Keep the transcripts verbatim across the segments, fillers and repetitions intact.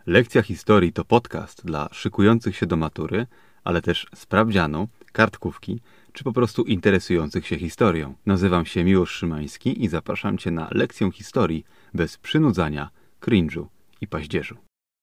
Lekcja historii to podcast dla szykujących się do matury, ale też sprawdzianu, kartkówki, czy po prostu interesujących się historią. Nazywam się Miłosz Szymański i zapraszam Cię na lekcję historii bez przynudzania, cringe'u i paździerzu.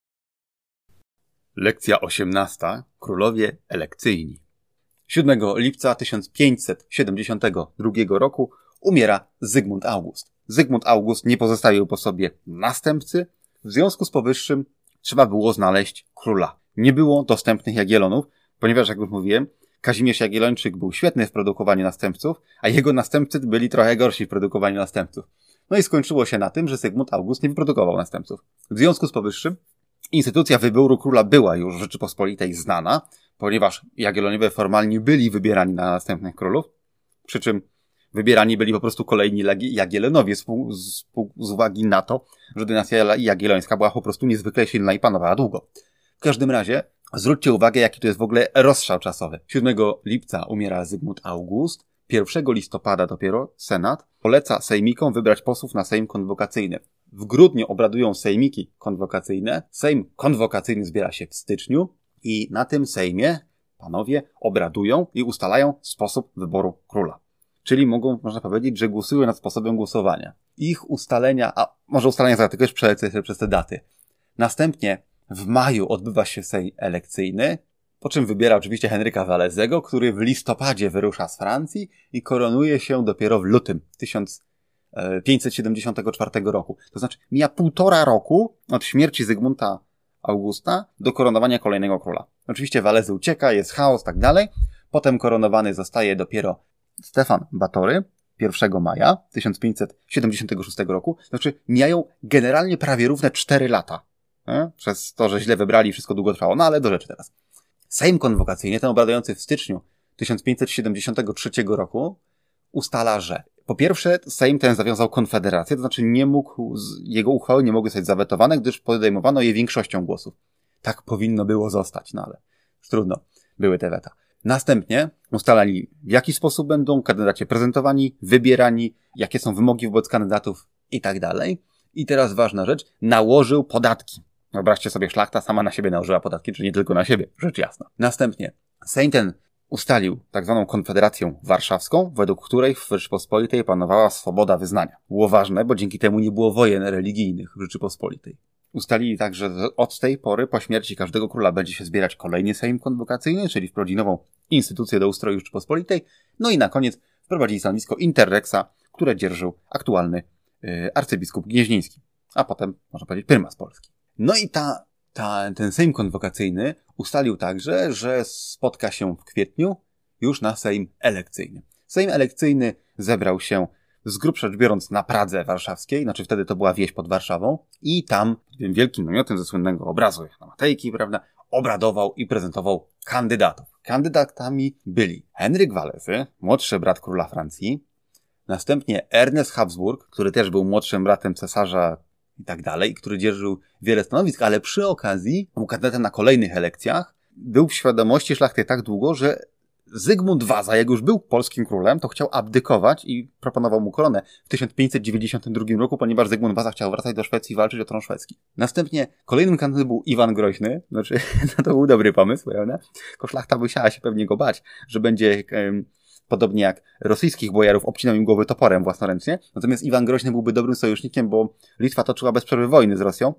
Lekcja osiemnasta. Królowie elekcyjni. siódmego lipca tysiąc pięćset siedemdziesiątego drugiego roku umiera Zygmunt August. Zygmunt August nie pozostawił po sobie następcy, w związku z powyższym trzeba było znaleźć króla. Nie było dostępnych Jagiellonów, ponieważ, jak już mówiłem, Kazimierz Jagiellończyk był świetny w produkowaniu następców, a jego następcy byli trochę gorsi w produkowaniu następców. No i skończyło się na tym, że Zygmunt August nie wyprodukował następców. W związku z powyższym instytucja wyboru króla była już w Rzeczypospolitej znana, ponieważ Jagiellonowie formalnie byli wybierani na następnych królów, przy czym wybierani byli po prostu kolejni Jagiellonowie z, z, z uwagi na to, że dynastia jagiellońska była po prostu niezwykle silna i panowała długo. W każdym razie zwróćcie uwagę, jaki to jest w ogóle rozstrzał czasowy. siódmego lipca umiera Zygmunt August, pierwszego listopada dopiero Senat poleca sejmikom wybrać posłów na Sejm Konwokacyjny. W grudniu obradują sejmiki konwokacyjne, Sejm Konwokacyjny zbiera się w styczniu i na tym Sejmie panowie obradują i ustalają sposób wyboru króla. Czyli mogą, można powiedzieć, że głosują nad sposobem głosowania. Ich ustalenia, a może ustalenia za tylko już przelecę przez te daty. Następnie w maju odbywa się Sejm elekcyjny, po czym wybiera oczywiście Henryka Walezego, który w listopadzie wyrusza z Francji i koronuje się dopiero w lutym tysiąc pięćset siedemdziesiątego czwartego roku. To znaczy mija półtora roku od śmierci Zygmunta Augusta do koronowania kolejnego króla. Oczywiście Walezy ucieka, jest chaos, tak dalej. Potem koronowany zostaje dopiero Stefan Batory pierwszego maja tysiąc pięćset siedemdziesiątego szóstego roku. Znaczy mijają generalnie prawie równe cztery lata. Nie? Przez to, że źle wybrali, wszystko długo trwało. No ale do rzeczy teraz. Sejm konwokacyjny, ten obradujący w styczniu tysiąc pięćset siedemdziesiątego trzeciego roku, ustala, że po pierwsze Sejm ten zawiązał konfederację, to znaczy nie mógł, jego uchwały nie mogły zostać zawetowane, gdyż podejmowano je większością głosów. Tak powinno było zostać, no ale już trudno, były te weta. Następnie ustalali, w jaki sposób będą kandydaci prezentowani, wybierani, jakie są wymogi wobec kandydatów i tak dalej. I teraz ważna rzecz, nałożył podatki. Wyobraźcie sobie, szlachta sama na siebie nałożyła podatki, czy nie tylko na siebie, rzecz jasna. Następnie Sejm ten ustalił tak zwaną Konfederację Warszawską, według której w Rzeczypospolitej panowała swoboda wyznania. Było ważne, bo dzięki temu nie było wojen religijnych w Rzeczypospolitej. Ustalili także, że od tej pory po śmierci każdego króla będzie się zbierać kolejny Sejm Konwokacyjny, czyli wprowadzili nową instytucję do ustroju Rzeczypospolitej. No i na koniec wprowadzili stanowisko interreksa, które dzierżył aktualny yy, arcybiskup gnieźnieński, a potem, można powiedzieć, prymas polski. No i ta, ta, ten Sejm Konwokacyjny ustalił także, że spotka się w kwietniu już na Sejm elekcyjny. Sejm elekcyjny zebrał się z grubsza rzecz biorąc na Pradze Warszawskiej, znaczy wtedy to była wieś pod Warszawą i tam tym wielkim namiotem ze słynnego obrazu na Matejki, prawda, obradował i prezentował kandydatów. Kandydatami byli Henryk Walezy, młodszy brat króla Francji, następnie Ernest Habsburg, który też był młodszym bratem cesarza i tak dalej, który dzierżył wiele stanowisk, ale przy okazji był kandydatem na kolejnych elekcjach, był w świadomości szlachty tak długo, że Zygmunt Waza, jak już był polskim królem, to chciał abdykować i proponował mu koronę w tysiąc pięćset dziewięćdziesiątym drugim roku, ponieważ Zygmunt Waza chciał wracać do Szwecji i walczyć o tron szwedzki. Następnie kolejnym kandydatem był Iwan Groźny, znaczy to był dobry pomysł, prawda? Tylko szlachta musiała się pewnie go bać, że będzie um, podobnie jak rosyjskich bojarów obcinał im głowy toporem własnoręcznie. Natomiast Iwan Groźny byłby dobrym sojusznikiem, bo Litwa toczyła bez przerwy wojny z Rosją,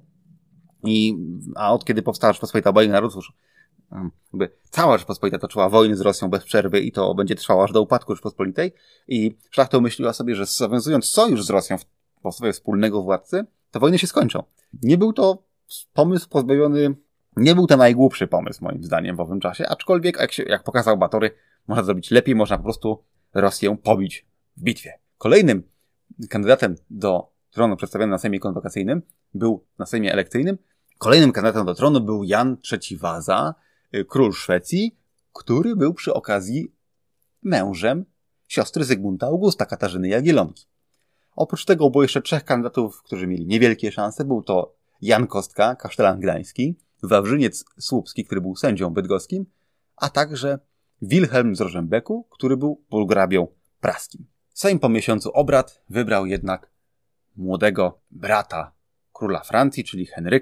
i, a od kiedy powstała Rzeczpospolita obojga narodów, jakby cała Rzeczpospolita toczyła wojny z Rosją bez przerwy i to będzie trwało aż do upadku Rzeczpospolitej i szlachta myśliła sobie, że zawiązując sojusz z Rosją w postawie wspólnego władcy, to wojny się skończą. Nie był to pomysł pozbawiony, nie był to najgłupszy pomysł moim zdaniem w owym czasie, aczkolwiek jak, się, jak pokazał Batory, można zrobić lepiej, można po prostu Rosję pobić w bitwie. Kolejnym kandydatem do tronu przedstawionym na Sejmie Konwokacyjnym był na Sejmie Elekcyjnym, kolejnym kandydatem do tronu był Jan trzeci Waza, król Szwecji, który był przy okazji mężem siostry Zygmunta Augusta, Katarzyny Jagiellonki. Oprócz tego było jeszcze trzech kandydatów, którzy mieli niewielkie szanse. Był to Jan Kostka, kasztelan gdański, Wawrzyniec Słupski, który był sędzią bydgoskim, a także Wilhelm z Rożembeku, który był burgrabią praskim. Sejm po miesiącu obrad wybrał jednak młodego brata króla Francji, czyli Henryka,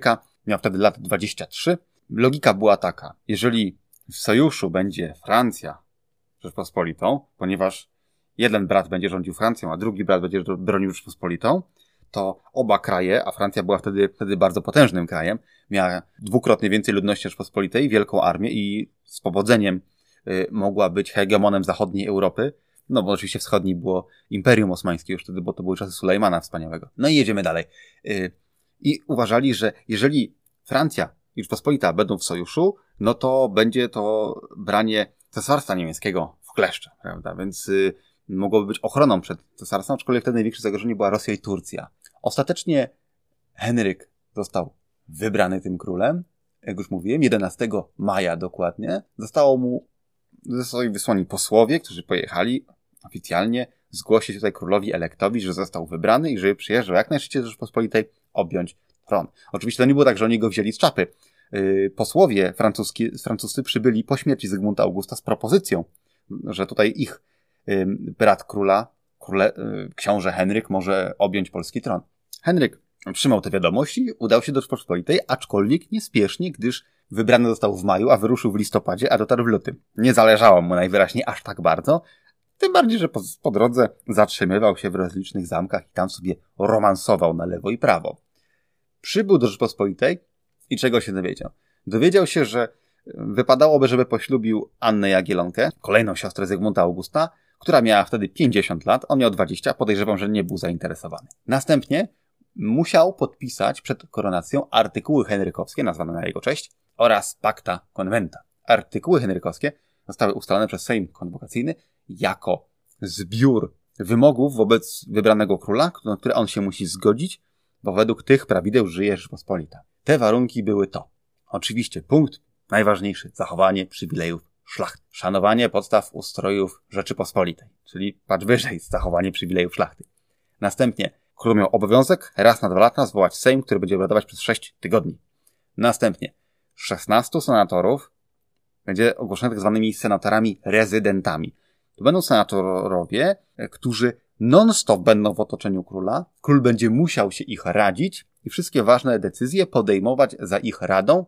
miał wtedy lat dwadzieścia trzy. Logika była taka, jeżeli w sojuszu będzie Francja Rzeczpospolitą, ponieważ jeden brat będzie rządził Francją, a drugi brat będzie bronił Rzeczpospolitą, to oba kraje, a Francja była wtedy, wtedy bardzo potężnym krajem, miała dwukrotnie więcej ludności Rzeczpospolitej, wielką armię i z powodzeniem y, mogła być hegemonem zachodniej Europy. No bo oczywiście wschodniej było Imperium Osmańskie już wtedy, bo to były czasy Sulejmana Wspaniałego. No i jedziemy dalej. Y, I uważali, że jeżeli Francja i Rzeczpospolita będą w sojuszu, no to będzie to branie cesarstwa niemieckiego w kleszcze, prawda? Więc y, mogłoby być ochroną przed cesarstwem, aczkolwiek wtedy największe zagrożenie była Rosja i Turcja. Ostatecznie Henryk został wybrany tym królem, jak już mówiłem, jedenastego maja dokładnie. Zostało mu, zostali wysłani posłowie, którzy pojechali oficjalnie zgłosić tutaj królowi elektowi, że został wybrany i żeby przyjeżdżał jak najszybciej do Rzeczpospolitej objąć tron. Oczywiście to nie było tak, że oni go wzięli z czapy. Yy, posłowie francuscy, francuscy przybyli po śmierci Zygmunta Augusta z propozycją, że tutaj ich yy, brat króla, króle, yy, książę Henryk może objąć polski tron. Henryk trzymał te wiadomości, udał się do Rzeczpospolitej, aczkolwiek niespiesznie, gdyż wybrany został w maju, a wyruszył w listopadzie, a dotarł w lutym. Nie zależało mu najwyraźniej aż tak bardzo, tym bardziej, że po, po drodze zatrzymywał się w rozlicznych zamkach i tam sobie romansował na lewo i prawo. Przybył do Rzeczpospolitej i czego się dowiedział? Dowiedział się, że wypadałoby, żeby poślubił Annę Jagiellonkę, kolejną siostrę Zygmunta Augusta, która miała wtedy pięćdziesiąt lat, on miał dwadzieścia, podejrzewam, że nie był zainteresowany. Następnie musiał podpisać przed koronacją artykuły henrykowskie, nazwane na jego cześć, oraz Pacta Conventa. Artykuły henrykowskie zostały ustalone przez Sejm Konwokacyjny jako zbiór wymogów wobec wybranego króla, na które on się musi zgodzić, bo według tych prawideł żyje Rzeczpospolita. Te warunki były to. Oczywiście punkt najważniejszy, zachowanie przywilejów szlachty. Szanowanie podstaw ustrojów Rzeczypospolitej, czyli patrz wyżej, zachowanie przywilejów szlachty. Następnie król miał obowiązek raz na dwa lata zwołać Sejm, który będzie obradować przez sześć tygodni. Następnie szesnastu senatorów będzie ogłoszonych tak zwanymi senatorami rezydentami. To będą senatorowie, którzy non-stop będą w otoczeniu króla. Król będzie musiał się ich radzić i wszystkie ważne decyzje podejmować za ich radą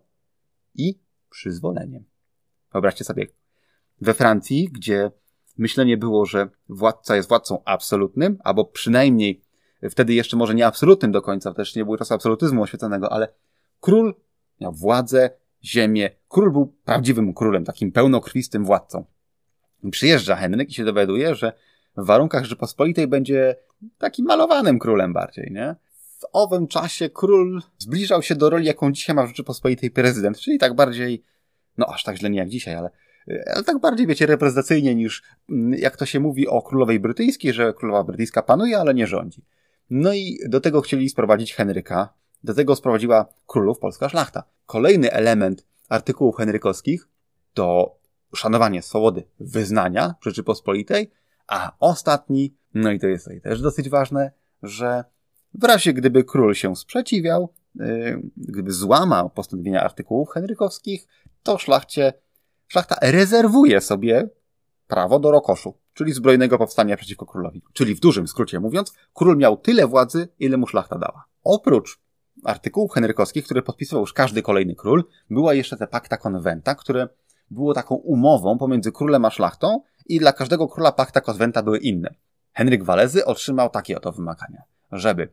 i przyzwoleniem. Wyobraźcie sobie, we Francji, gdzie myślenie było, że władca jest władcą absolutnym, albo przynajmniej wtedy jeszcze może nie absolutnym do końca, też nie było czasu absolutyzmu oświeconego, ale król miał władzę, ziemię. Król był prawdziwym królem, takim pełnokrwistym władcą. Przyjeżdża Henryk i się dowiaduje, że w warunkach Rzeczypospolitej będzie takim malowanym królem bardziej, nie? W owym czasie król zbliżał się do roli, jaką dzisiaj ma w Rzeczypospolitej prezydent, czyli tak bardziej, no aż tak źle nie jak dzisiaj, ale, ale tak bardziej, wiecie, reprezentacyjnie niż, jak to się mówi o królowej brytyjskiej, że królowa brytyjska panuje, ale nie rządzi. No i do tego chcieli sprowadzić Henryka, do tego sprowadziła królów polska szlachta. Kolejny element artykułów henrykowskich to szanowanie swobody wyznania w Rzeczypospolitej, a ostatni, no i to jest tutaj też dosyć ważne, że w razie gdyby król się sprzeciwiał, yy, gdyby złamał postanowienia artykułów henrykowskich, to szlachcie, szlachta rezerwuje sobie prawo do rokoszu, czyli zbrojnego powstania przeciwko królowi. Czyli w dużym skrócie mówiąc, król miał tyle władzy, ile mu szlachta dała. Oprócz artykułów henrykowskich, które podpisywał już każdy kolejny król, była jeszcze ta Pacta Conventa, które było taką umową pomiędzy królem a szlachtą i dla każdego króla Pacta Conventa były inne. Henryk Walezy otrzymał takie oto wymagania, żeby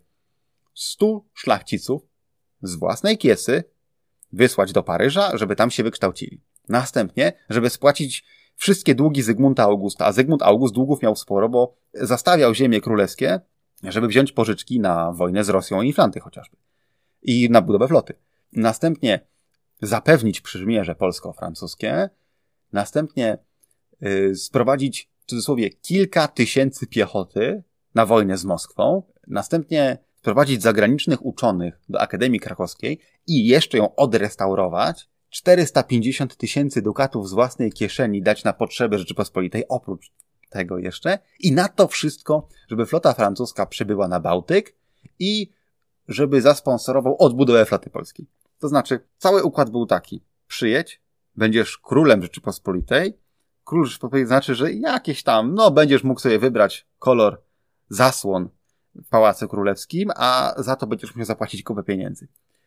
stu szlachciców z własnej kiesy wysłać do Paryża, żeby tam się wykształcili. Następnie, żeby spłacić wszystkie długi Zygmunta Augusta, a Zygmunt August długów miał sporo, bo zastawiał ziemie królewskie, żeby wziąć pożyczki na wojnę z Rosją i Inflanty chociażby. I na budowę floty. Następnie zapewnić przymierze polsko-francuskie. Następnie yy, sprowadzić w cudzysłowie kilka tysięcy piechoty na wojnę z Moskwą. Następnie sprowadzić zagranicznych uczonych do Akademii Krakowskiej i jeszcze ją odrestaurować. czterysta pięćdziesiąt tysięcy dukatów z własnej kieszeni dać na potrzeby Rzeczypospolitej, oprócz tego jeszcze. I na to wszystko, żeby flota francuska przybyła na Bałtyk i żeby zasponsorował odbudowę floty polskiej. To znaczy, cały układ był taki. Przyjedź, będziesz królem Rzeczypospolitej. Król Rzeczypospolitej znaczy, że jakieś tam, no będziesz mógł sobie wybrać kolor zasłon w Pałacu Królewskim, a za to będziesz musiał zapłacić kupę pieniędzy.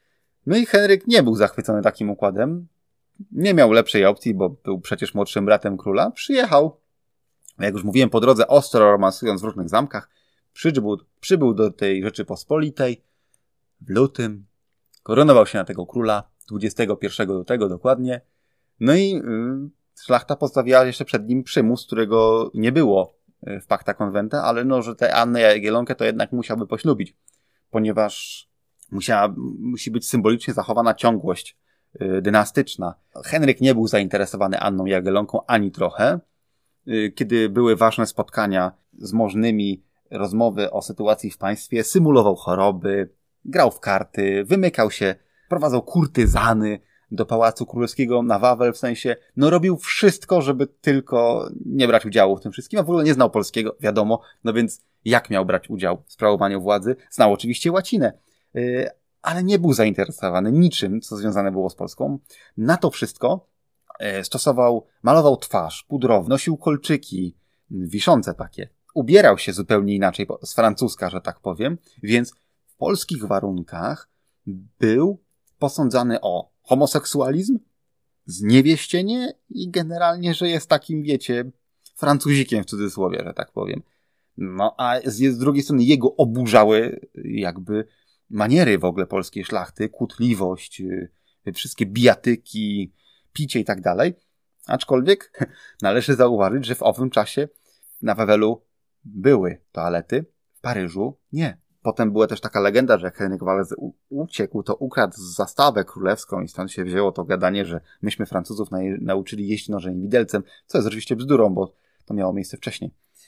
No i Henryk nie był zachwycony takim układem. Nie miał lepszej opcji, bo był przecież młodszym bratem króla. Przyjechał, jak już mówiłem, po drodze ostro romansując w różnych zamkach. Przybył, przybył do tej Rzeczypospolitej w lutym. Koronował się na tego króla dwudziestego pierwszego lutego dokładnie. No i yy, szlachta postawiła jeszcze przed nim przymus, którego nie było w Pacta Conventa, ale no, że tę Annę Jagiellonkę to jednak musiałby poślubić, ponieważ musiała, musi być symbolicznie zachowana ciągłość yy, dynastyczna. Henryk nie był zainteresowany Anną Jagiellonką ani trochę. Yy, kiedy były ważne spotkania z możnymi, rozmowy o sytuacji w państwie, symulował choroby, grał w karty, wymykał się, prowadzał kurtyzany do Pałacu Królewskiego na Wawel, w sensie, no robił wszystko, żeby tylko nie brać udziału w tym wszystkim, a w ogóle nie znał polskiego, wiadomo, no więc jak miał brać udział w sprawowaniu władzy? Znał oczywiście łacinę, yy, ale nie był zainteresowany niczym, co związane było z Polską. Na to wszystko yy, stosował, malował twarz, pudrowo, nosił kolczyki, wiszące takie, ubierał się zupełnie inaczej z francuska, że tak powiem, więc w polskich warunkach był posądzany o homoseksualizm, zniewieścienie i generalnie, że jest takim, wiecie, Francuzikiem w cudzysłowie, że tak powiem. No, a z, z drugiej strony jego oburzały jakby maniery w ogóle polskiej szlachty, kłótliwość, wszystkie bijatyki, picie i tak dalej. Aczkolwiek należy zauważyć, że w owym czasie na Wawelu były toalety, w Paryżu nie. Potem była też taka legenda, że jak Henryk Walezy uciekł, to ukradł zastawę królewską i stąd się wzięło to gadanie, że myśmy Francuzów na- nauczyli jeść nożem i widelcem, co jest oczywiście bzdurą, bo to miało miejsce wcześniej,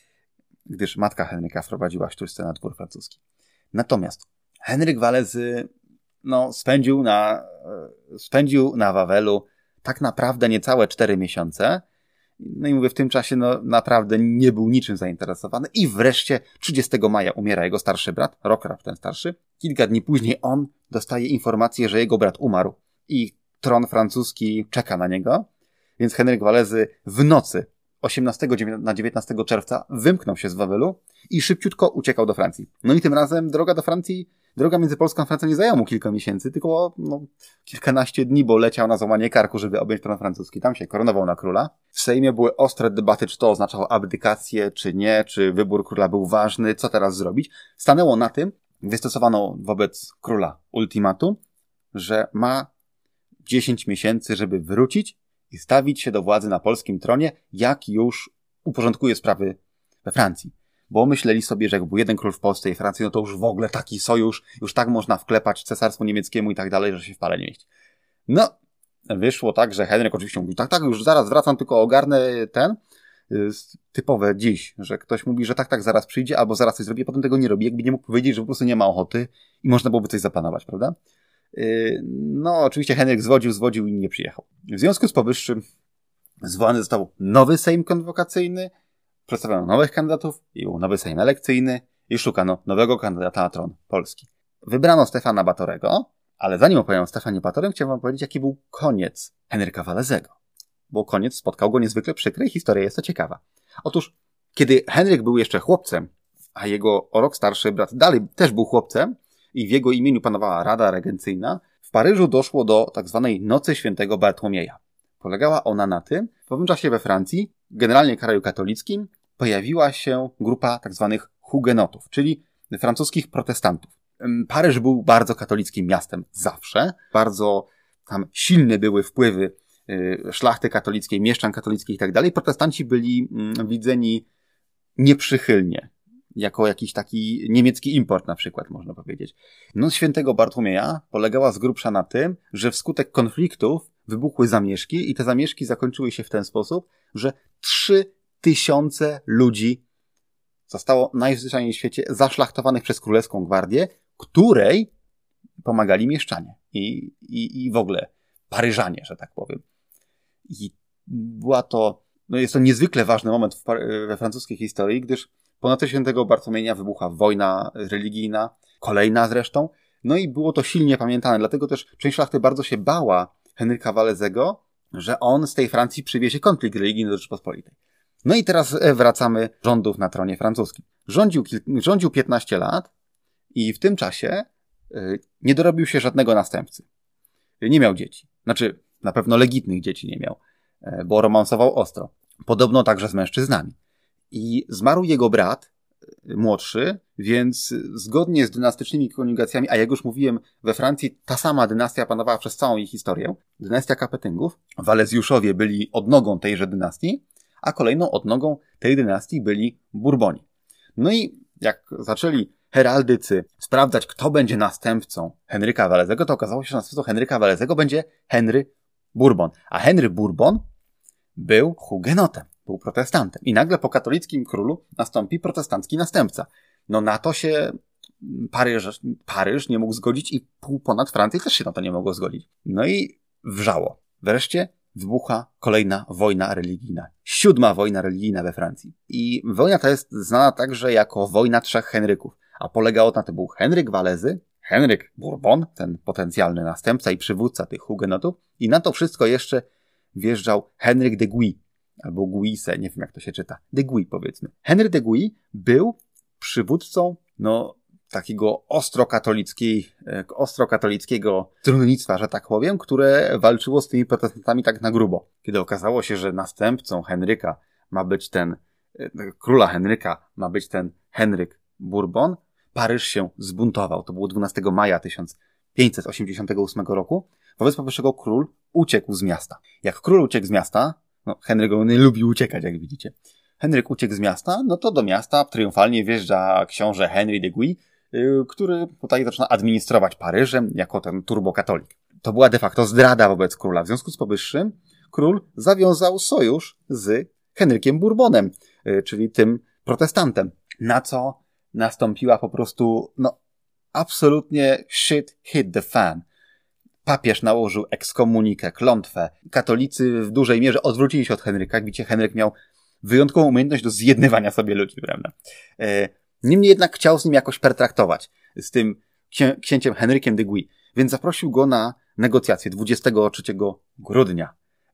gdyż matka Henryka wprowadziła sztuczce na dwór francuski. Natomiast Henryk Walezy no, spędził na, spędził na Wawelu tak naprawdę niecałe cztery miesiące. No i mówię, w tym czasie no naprawdę nie był niczym zainteresowany i wreszcie trzydziestego maja umiera jego starszy brat, rok raptem starszy. Kilka dni później on dostaje informację, że jego brat umarł i tron francuski czeka na niego, więc Henryk Walezy w nocy osiemnastego na dziewiętnastego czerwca wymknął się z Wawelu i szybciutko uciekał do Francji. No i tym razem droga do Francji, droga między Polską a Francją nie zajęła mu kilka miesięcy, tylko no, kilkanaście dni, bo leciał na złamanie karku, żeby objąć tron francuski. Tam się koronował na króla. W Sejmie były ostre debaty, czy to oznaczało abdykację, czy nie, czy wybór króla był ważny, co teraz zrobić. Stanęło na tym, wystosowano wobec króla ultimatum, że ma dziesięć miesięcy, żeby wrócić i stawić się do władzy na polskim tronie, jak już uporządkuje sprawy we Francji. Bo myśleli sobie, że jak był jeden król w Polsce i Francji, no to już w ogóle taki sojusz, już tak można wklepać cesarstwu niemieckiemu i tak dalej, że się w pale nie mieści. No, wyszło tak, że Henryk oczywiście mówił, tak, tak, już zaraz wracam, tylko ogarnę ten, typowe dziś, że ktoś mówi, że tak, tak, zaraz przyjdzie, albo zaraz coś zrobi, a potem tego nie robi, jakby nie mógł powiedzieć, że po prostu nie ma ochoty i można byłoby coś zaplanować, prawda? No, oczywiście Henryk zwodził, zwodził i nie przyjechał. W związku z powyższym zwołany został nowy Sejm konwokacyjny, przedstawiono nowych kandydatów i był nowy Sejm elekcyjny i szukano nowego kandydata na tron Polski. Wybrano Stefana Batorego, ale zanim opowiem o Stefanie Batorym, chciałem wam powiedzieć, jaki był koniec Henryka Walezego. Bo koniec spotkał go niezwykle przykry i historia jest to ciekawa. Otóż, kiedy Henryk był jeszcze chłopcem, a jego o rok starszy brat dalej też był chłopcem i w jego imieniu panowała Rada Regencyjna, w Paryżu doszło do tak zwanej Nocy Świętego Bartłomieja. Polegała ona na tym, w owym czasie we Francji, generalnie kraju katolickim, pojawiła się grupa tak zwanych hugenotów, czyli francuskich protestantów. Paryż był bardzo katolickim miastem zawsze, bardzo tam silne były wpływy szlachty katolickiej, mieszczan katolickiej i tak dalej. Protestanci byli widzeni nieprzychylnie, jako jakiś taki niemiecki import na przykład, można powiedzieć. Noc Świętego Bartłomieja polegała z grubsza na tym, że wskutek konfliktów wybuchły zamieszki i te zamieszki zakończyły się w ten sposób, że trzy tysiące ludzi zostało najzwyczajniej w świecie zaszlachtowanych przez Królewską Gwardię, której pomagali mieszczanie i, i, i w ogóle Paryżanie, że tak powiem. I była to, no jest to niezwykle ważny moment w, we francuskiej historii, gdyż po nocy Świętego Bartłomieja wybuchła wojna religijna, kolejna zresztą, no i było to silnie pamiętane, dlatego też część szlachty bardzo się bała Henryka Walezego, że on z tej Francji przywiezie konflikt religijny do Rzeczypospolitej. No i teraz wracamy do rządów na tronie francuskim. Rządził, rządził piętnaście lat i w tym czasie yy, nie dorobił się żadnego następcy. nie miał dzieci. Znaczy, na pewno legitnych dzieci nie miał, bo romansował ostro. Podobno także z mężczyznami. I zmarł jego brat, młodszy, więc zgodnie z dynastycznymi koniugacjami, a jak już mówiłem, we Francji ta sama dynastia panowała przez całą jej historię, dynastia Kapetyngów, Walezjuszowie byli odnogą tejże dynastii, a kolejną odnogą tej dynastii byli Bourboni. No i jak zaczęli heraldycy sprawdzać, kto będzie następcą Henryka Walezego, to okazało się, że następcą Henryka Walezego będzie Henry Bourbon. A Henry Bourbon był hugenotem, był protestantem. I nagle po katolickim królu nastąpi protestancki następca. No na to się Paryż, Paryż nie mógł zgodzić i pół ponad Francji też się na to nie mogło zgodzić. No i wrzało. Wreszcie wybucha kolejna wojna religijna. Siódma wojna religijna we Francji. I wojna ta jest znana także jako wojna trzech Henryków. A polegało na tym, był Henryk Walezy, Henryk Bourbon, ten potencjalny następca i przywódca tych hugenotów, i na to wszystko jeszcze wjeżdżał Henryk de Guy, albo Guise, nie wiem jak to się czyta, de Guy powiedzmy. Henry de Guy był przywódcą, no, takiego ostrokatolickiej, ostrokatolickiego stronnictwa, że tak powiem, które walczyło z tymi protestantami tak na grubo. Kiedy okazało się, że następcą Henryka ma być ten, króla Henryka ma być ten Henryk Bourbon, Paryż się zbuntował. To było dwunastego maja tysiąc pięćset osiemdziesiątego ósmego roku. Wobec powyższego król uciekł z miasta. Jak król uciekł z miasta, no Henryk nie lubi uciekać, jak widzicie. Henryk uciekł z miasta, no to do miasta triumfalnie wjeżdża książę Henry de Guy, yy, który tutaj zaczyna administrować Paryżem jako ten turbokatolik. To była de facto zdrada wobec króla. W związku z powyższym król zawiązał sojusz z Henrykiem Bourbonem, yy, czyli tym protestantem. Na co nastąpiła po prostu, no, absolutnie shit hit the fan. Papież nałożył ekskomunikę, klątwę. Katolicy w dużej mierze odwrócili się od Henryka. Jak widzicie, Henryk miał wyjątkową umiejętność do zjednywania sobie ludzi, prawda? E, niemniej jednak chciał z nim jakoś pertraktować, z tym księ- księciem Henrykiem de Guy, więc zaprosił go na negocjacje dwudziestego trzeciego grudnia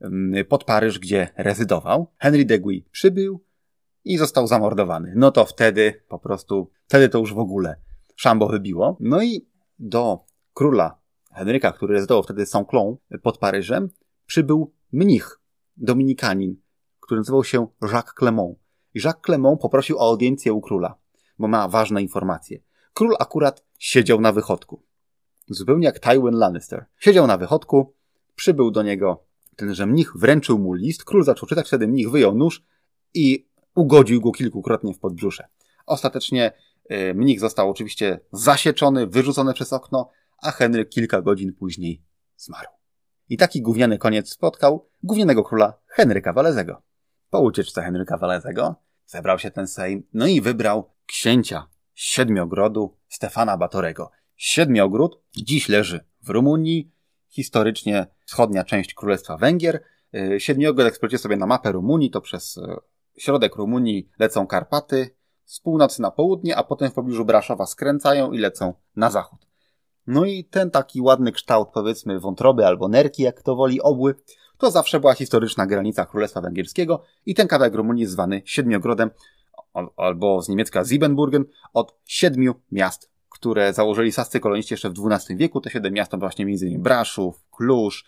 pod Paryż, gdzie rezydował. Henry de Guy przybył i został zamordowany. No to wtedy po prostu, wtedy to już w ogóle szambo wybiło. No i do króla Henryka, który rezydował wtedy Saint-Cloud pod Paryżem, przybył mnich, dominikanin, który nazywał się Jacques Clément. I Jacques Clément poprosił o audiencję u króla, bo ma ważne informacje. Król akurat siedział na wychodku. Zupełnie jak Tywin Lannister. Siedział na wychodku, przybył do niego tenże mnich, wręczył mu list, król zaczął czytać, wtedy mnich wyjął nóż i ugodził go kilkukrotnie w podbrzusze. Ostatecznie y, mnich został oczywiście zasieczony, wyrzucony przez okno, a Henryk kilka godzin później zmarł. I taki gówniany koniec spotkał gównianego króla Henryka Walezego. Po ucieczce Henryka Walezego zebrał się ten Sejm, no i wybrał księcia Siedmiogrodu Stefana Batorego. Siedmiogród dziś leży w Rumunii, historycznie wschodnia część Królestwa Węgier. Siedmiogród, jak spojrzycie sobie na mapę Rumunii, to przez środek Rumunii lecą Karpaty, z północy na południe, a potem w pobliżu Braszowa skręcają i lecą na zachód. No i ten taki ładny kształt, powiedzmy, wątroby albo nerki, jak to woli, obły, to zawsze była historyczna granica Królestwa Węgierskiego i ten kawałek Rumunii jest zwany Siedmiogrodem, albo z niemiecka Siebenburgen, od siedmiu miast, które założyli sascy koloniści jeszcze w dwunastym wieku. Te siedem miast to właśnie między innymi Braszów, Kluż,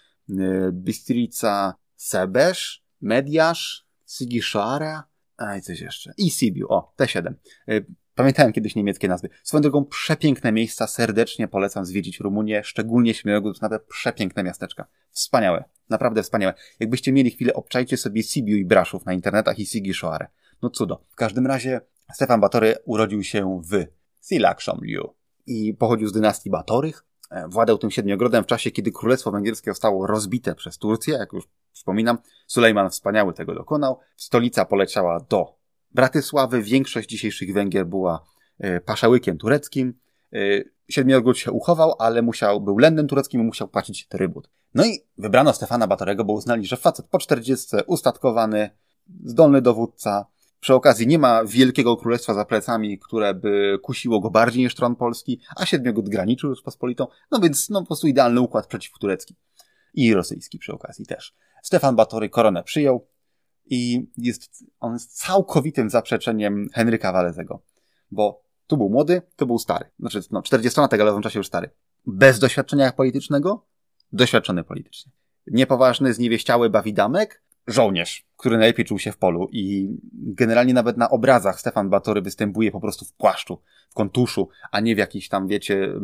Bystrica, Sebesz, Mediasz, Sighișoara, a i coś jeszcze. I Sibiu, o, te siedem. Pamiętałem kiedyś niemieckie nazwy. Swoją drogą przepiękne miejsca, serdecznie polecam zwiedzić Rumunię, szczególnie Siemiogród, naprawdę przepiękne miasteczka. Wspaniałe, naprawdę wspaniałe. Jakbyście mieli chwilę, obczajcie sobie Sibiu i Braszów na internetach i Sighișoarę. No cudo. W każdym razie Stefan Batory urodził się w Szilac-Chambly i pochodził z dynastii Batorych. Władał tym Siedmiogrodem w czasie, kiedy Królestwo Węgierskie zostało rozbite przez Turcję, jak już wspominam. Sulejman Wspaniały tego dokonał. Stolica poleciała do Bratysławy. Większość dzisiejszych Węgier była e, paszałykiem tureckim. E, Siedmiogród się uchował, ale musiał, był lędem tureckim i musiał płacić trybut. No i wybrano Stefana Batorego, bo uznali, że facet po czterdziestce, ustatkowany, zdolny dowódca. Przy okazji nie ma wielkiego królestwa za plecami, które by kusiło go bardziej niż tron polski, a Siedmiogród graniczył już z Pospolitą, no więc no po prostu idealny układ przeciwturecki. I rosyjski przy okazji też. Stefan Batory koronę przyjął i jest on jest całkowitym zaprzeczeniem Henryka Walezego, bo tu był młody, tu był stary. Znaczy, no czterdziestonatek, ale w tym czasie już stary. Bez doświadczenia politycznego, doświadczony politycznie. Niepoważny, zniewieściały bawidamek, żołnierz, który najlepiej czuł się w polu i generalnie nawet na obrazach Stefan Batory występuje po prostu w płaszczu, w kontuszu, a nie w jakichś tam, wiecie,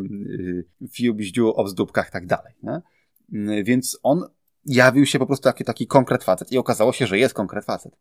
fiu, bździu, obzdóbkach i tak dalej. Nie? Więc on jawił się po prostu taki, taki konkret facet i okazało się, że jest konkret facet.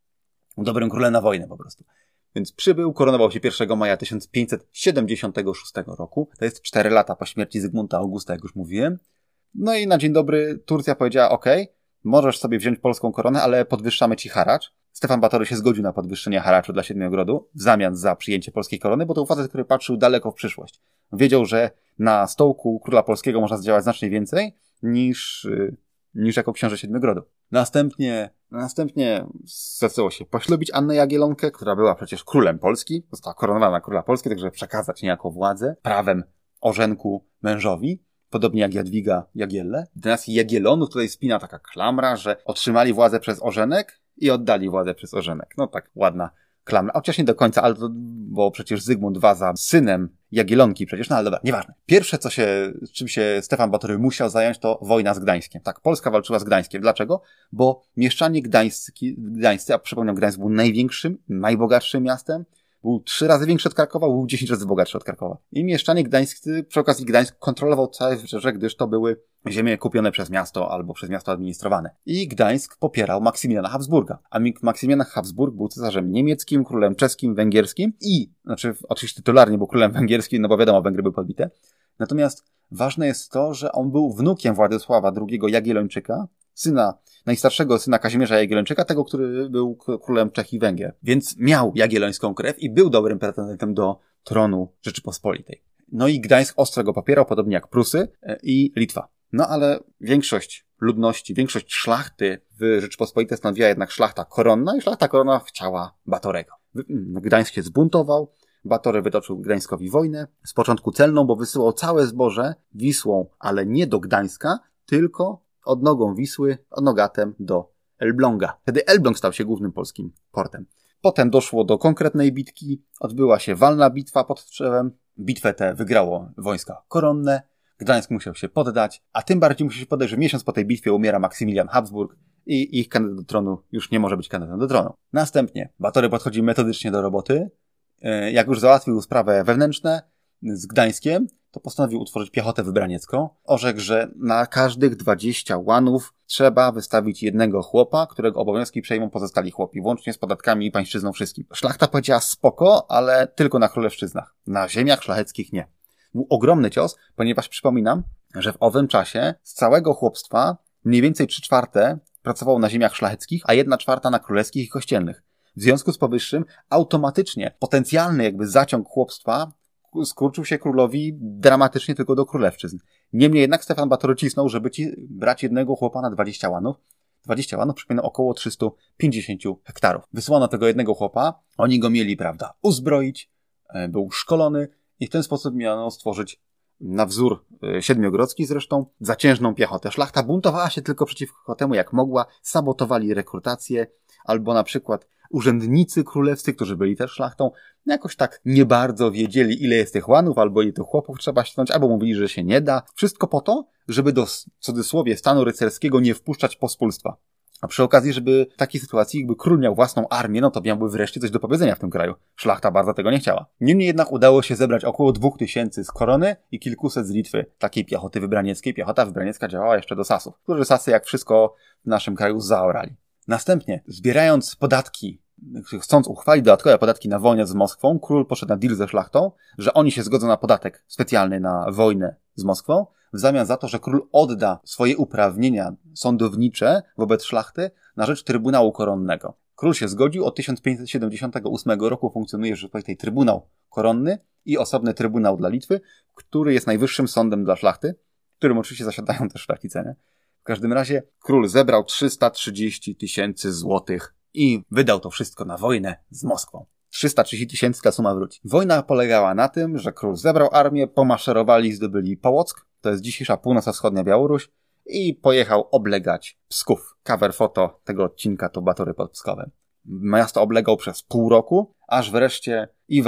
Dobrym królem na wojnę po prostu. Więc przybył, koronował się pierwszego maja tysiąc pięćset siedemdziesiątego szóstego roku. To jest cztery lata po śmierci Zygmunta Augusta, jak już mówiłem. No i na dzień dobry Turcja powiedziała, okej, okay, możesz sobie wziąć polską koronę, ale podwyższamy ci haracz. Stefan Batory się zgodził na podwyższenie haraczu dla Siedmiogrodu w zamian za przyjęcie polskiej korony, bo to facet, który patrzył daleko w przyszłość. Wiedział, że na stołku króla polskiego można zdziałać znacznie więcej niż, niż jako książę Siedmiogrodu. Następnie, następnie zdecydował się poślubić Annę Jagiellonkę, która była przecież królem Polski. Została koronowana na króla Polski, także przekazać niejako władzę prawem orzenku mężowi. Podobnie jak Jadwiga Jagielle. W dynastii Jagiellonów tutaj spina taka klamra, że otrzymali władzę przez orzenek i oddali władzę przez orzenek. No tak, ładna klamra. Chociaż nie do końca, ale to, bo przecież Zygmunt Waza synem Jagiellonki przecież, no ale dobra, nieważne. Pierwsze, co się, czym się Stefan Batory musiał zająć, to wojna z Gdańskiem. Tak, Polska walczyła z Gdańskiem. Dlaczego? Bo mieszczanie gdańscy, gdańscy, a przypomnę, Gdańsk był największym, najbogatszym miastem, był trzy razy większy od Krakowa, był dziesięć razy bogatszy od Krakowa. I mieszczanie gdańscy, przy okazji Gdańsk kontrolował całe wybrzeże, gdyż to były ziemie kupione przez miasto albo przez miasto administrowane. I Gdańsk popierał Maksymiliana Habsburga. A Maksymilian Habsburg był cesarzem niemieckim, królem czeskim, węgierskim i, znaczy oczywiście tytularnie był królem węgierskim, no bo wiadomo, Węgry były podbite. Natomiast ważne jest to, że on był wnukiem Władysława drugiego Jagiellończyka, syna, najstarszego syna Kazimierza Jagiellończyka, tego, który był królem Czech i Węgier. Więc miał jagiellońską krew i był dobrym pretendentem do tronu Rzeczypospolitej. No i Gdańsk ostro go popierał, podobnie jak Prusy i Litwa. No ale większość ludności, większość szlachty w Rzeczypospolitej stanowiła jednak szlachta koronna i szlachta koronna chciała Batorego. Gdańsk się zbuntował, Batory wytoczył Gdańskowi wojnę, z początku celną, bo wysyłał całe zboże Wisłą, ale nie do Gdańska, tylko odnogą Wisły, odnogatem do Elbląga. Wtedy Elbląg stał się głównym polskim portem. Potem doszło do konkretnej bitki, odbyła się walna bitwa pod Tczewem. Bitwę tę wygrało wojska koronne, Gdańsk musiał się poddać, a tym bardziej musiał się poddać, że miesiąc po tej bitwie umiera Maksymilian Habsburg i ich kandydat do tronu już nie może być kandydatem do tronu. Następnie Batory podchodzi metodycznie do roboty. Jak już załatwił sprawy wewnętrzne z Gdańskiem, to postanowił utworzyć piechotę wybraniecką. Orzekł, że na każdych dwadzieścia łanów trzeba wystawić jednego chłopa, którego obowiązki przejmą pozostali chłopi, włącznie z podatkami i pańszczyzną wszystkim. Szlachta powiedziała spoko, ale tylko na królewszczyznach. Na ziemiach szlacheckich nie. Był ogromny cios, ponieważ przypominam, że w owym czasie z całego chłopstwa mniej więcej trzy czwarte pracowało na ziemiach szlacheckich, a jedna czwarta na królewskich i kościelnych. W związku z powyższym automatycznie potencjalny jakby zaciąg chłopstwa skurczył się królowi dramatycznie tylko do królewszczyzn. Niemniej jednak Stefan Batory cisnął, żeby ci brać jednego chłopa na dwadzieścia łanów. dwadzieścia łanów przypomina około trzysta pięćdziesiąt hektarów. Wysłano tego jednego chłopa, oni go mieli, prawda, uzbroić, był szkolony i w ten sposób miano stworzyć na wzór siedmiogrodzki zresztą zaciężną piechotę. Szlachta buntowała się tylko przeciwko temu jak mogła, sabotowali rekrutację, albo na przykład urzędnicy królewscy, którzy byli też szlachtą, jakoś tak nie bardzo wiedzieli, ile jest tych łanów, albo ile tych chłopów trzeba ściągnąć, albo mówili, że się nie da. Wszystko po to, żeby do, w cudzysłowie, stanu rycerskiego nie wpuszczać pospólstwa. A przy okazji, żeby w takiej sytuacji, jakby król miał własną armię, no to miałby wreszcie coś do powiedzenia w tym kraju. Szlachta bardzo tego nie chciała. Niemniej jednak udało się zebrać około dwóch tysięcy z korony i kilkuset z Litwy takiej piechoty wybranieckiej. Piechota wybraniecka działała jeszcze do Sasów, którzy Sasy jak wszystko w naszym kraju zaorali. Następnie, zbierając podatki, chcąc uchwalić dodatkowe podatki na wojnę z Moskwą, król poszedł na deal ze szlachtą, że oni się zgodzą na podatek specjalny na wojnę z Moskwą, w zamian za to, że król odda swoje uprawnienia sądownicze wobec szlachty na rzecz Trybunału Koronnego. Król się zgodził, od tysiąc pięćset siedemdziesiątego ósmego roku funkcjonuje w Rzeczypospolitej Trybunał Koronny i osobny Trybunał dla Litwy, który jest najwyższym sądem dla szlachty, w którym oczywiście zasiadają też szlachcice. W każdym razie król zebrał trzysta trzydzieści tysięcy złotych i wydał to wszystko na wojnę z Moskwą. trzysta trzydzieści tysięcy ta suma wróci. Wojna polegała na tym, że król zebrał armię, pomaszerowali, zdobyli Połock, to jest dzisiejsza północno-wschodnia Białoruś, i pojechał oblegać Psków. Cover foto tego odcinka to Batory pod Pskowem. Miasto oblegał przez pół roku, aż wreszcie Iwan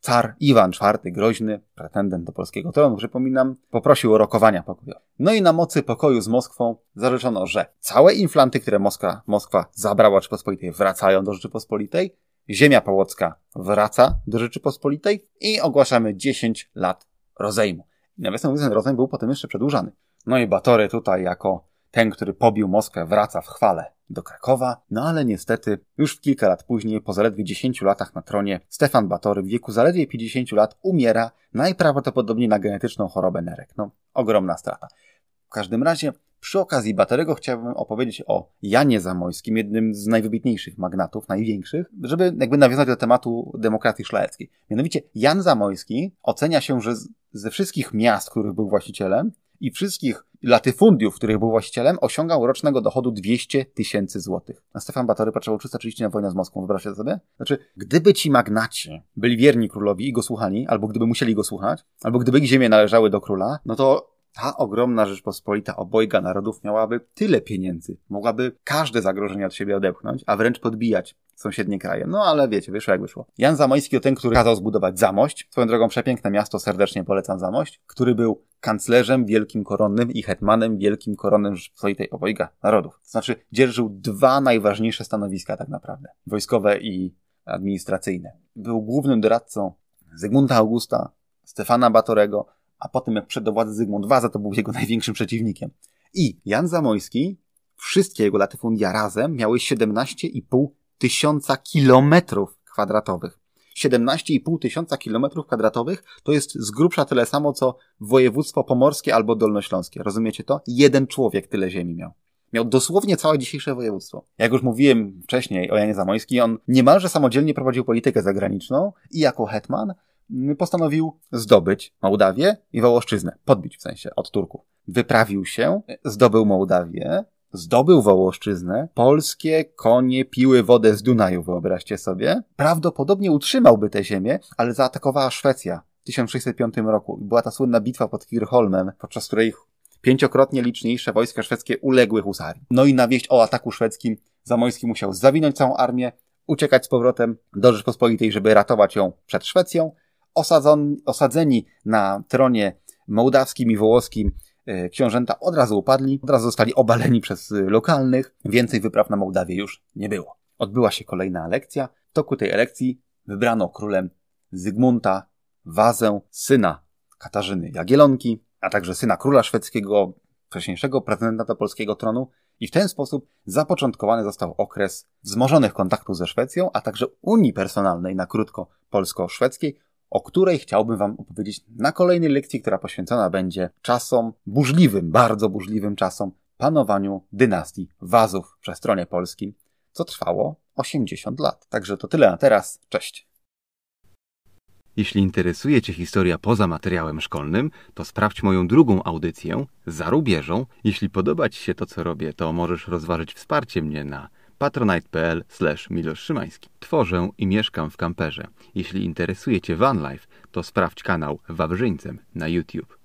car Iwan czwarty Groźny, pretendent do polskiego tronu, przypominam, poprosił o rokowania pokojowe. No i na mocy pokoju z Moskwą zarzeczono, że całe inflanty, które Moskwa, Moskwa zabrała Rzeczypospolitej, wracają do Rzeczypospolitej, ziemia połocka wraca do Rzeczypospolitej i ogłaszamy dziesięć lat rozejmu. I nawiasem mówiąc, ten rozejm był potem jeszcze przedłużany. No i Batory tutaj jako ten, który pobił Moskwę, wraca w chwale do Krakowa, no ale niestety już kilka lat później, po zaledwie dziesięciu latach na tronie, Stefan Batory w wieku zaledwie pięćdziesięciu lat umiera najprawdopodobniej na genetyczną chorobę nerek. No, ogromna strata. W każdym razie, przy okazji Batorego chciałbym opowiedzieć o Janie Zamoyskim, jednym z najwybitniejszych magnatów, największych, żeby jakby nawiązać do tematu demokracji szlacheckiej. Mianowicie Jan Zamoyski ocenia się, że z, ze wszystkich miast, których był właścicielem, i wszystkich latyfundiów, których był właścicielem, osiągał rocznego dochodu dwieście tysięcy złotych. A Stefan Batory potrzebował trzysta trzydzieści na wojnę z Moskwą. Wyobraźcie to sobie? Znaczy, gdyby ci magnaci byli wierni królowi i go słuchali, albo gdyby musieli go słuchać, albo gdyby ich ziemie należały do króla, no to ta ogromna Rzeczpospolita obojga narodów miałaby tyle pieniędzy. Mogłaby każde zagrożenie od siebie odepchnąć, a wręcz podbijać sąsiednie kraje. No ale wiecie, wyszło jak wyszło. Jan Zamoyski to ten, który kazał zbudować Zamość. Swoją drogą przepiękne miasto, serdecznie polecam Zamość, który był kanclerzem wielkim koronnym i hetmanem wielkim koronnym Rzeczypospolitej obojga narodów. To znaczy dzierżył dwa najważniejsze stanowiska tak naprawdę. Wojskowe i administracyjne. Był głównym doradcą Zygmunta Augusta, Stefana Batorego, a potem jak przyszedł do władzy Zygmunt Waza, to był jego największym przeciwnikiem. I Jan Zamoyski, wszystkie jego latyfundia razem miały siedemnaście i pół tysiąca kilometrów kwadratowych. siedemnaście i pół tysiąca kilometrów kwadratowych to jest z grubsza tyle samo, co województwo pomorskie albo dolnośląskie. Rozumiecie to? Jeden człowiek tyle ziemi miał. Miał dosłownie całe dzisiejsze województwo. Jak już mówiłem wcześniej o Janie Zamoyskim, on niemalże samodzielnie prowadził politykę zagraniczną i jako hetman postanowił zdobyć Mołdawię i Wołoszczyznę. Podbić w sensie od Turków. Wyprawił się, zdobył Mołdawię, zdobył Wołoszczyznę, polskie konie piły wodę z Dunaju, wyobraźcie sobie. Prawdopodobnie utrzymałby tę ziemię, ale zaatakowała Szwecja w tysiąc sześćset piątym roku. Była ta słynna bitwa pod Kirchholmem, podczas której pięciokrotnie liczniejsze wojska szwedzkie uległy husarii. No i na wieść o ataku szwedzkim Zamoyski musiał zawinąć całą armię, uciekać z powrotem do Rzeczpospolitej, żeby ratować ją przed Szwecją. Osadzon, osadzeni na tronie mołdawskim i wołoskim e, książęta od razu upadli, od razu zostali obaleni przez e, lokalnych. Więcej wypraw na Mołdawię już nie było. Odbyła się kolejna elekcja. W toku tej elekcji wybrano królem Zygmunta Wazę, syna Katarzyny Jagiellonki, a także syna króla szwedzkiego, wcześniejszego pretendenta polskiego tronu, i w ten sposób zapoczątkowany został okres wzmożonych kontaktów ze Szwecją, a także unii personalnej na krótko polsko-szwedzkiej, o której chciałbym wam opowiedzieć na kolejnej lekcji, która poświęcona będzie czasom burzliwym, bardzo burzliwym czasom panowaniu dynastii Wazów w przestronie polskim, co trwało osiemdziesiąt lat. Także to tyle na teraz. Cześć! Jeśli interesuje Cię historia poza materiałem szkolnym, to sprawdź moją drugą audycję Za rubieżą. Jeśli podoba Ci się to, co robię, to możesz rozważyć wsparcie mnie na patronite.pl slash Milosz Szymański. Tworzę i mieszkam w kamperze. Jeśli interesuje Cię van life, to sprawdź kanał Wawrzyńcem na YouTube.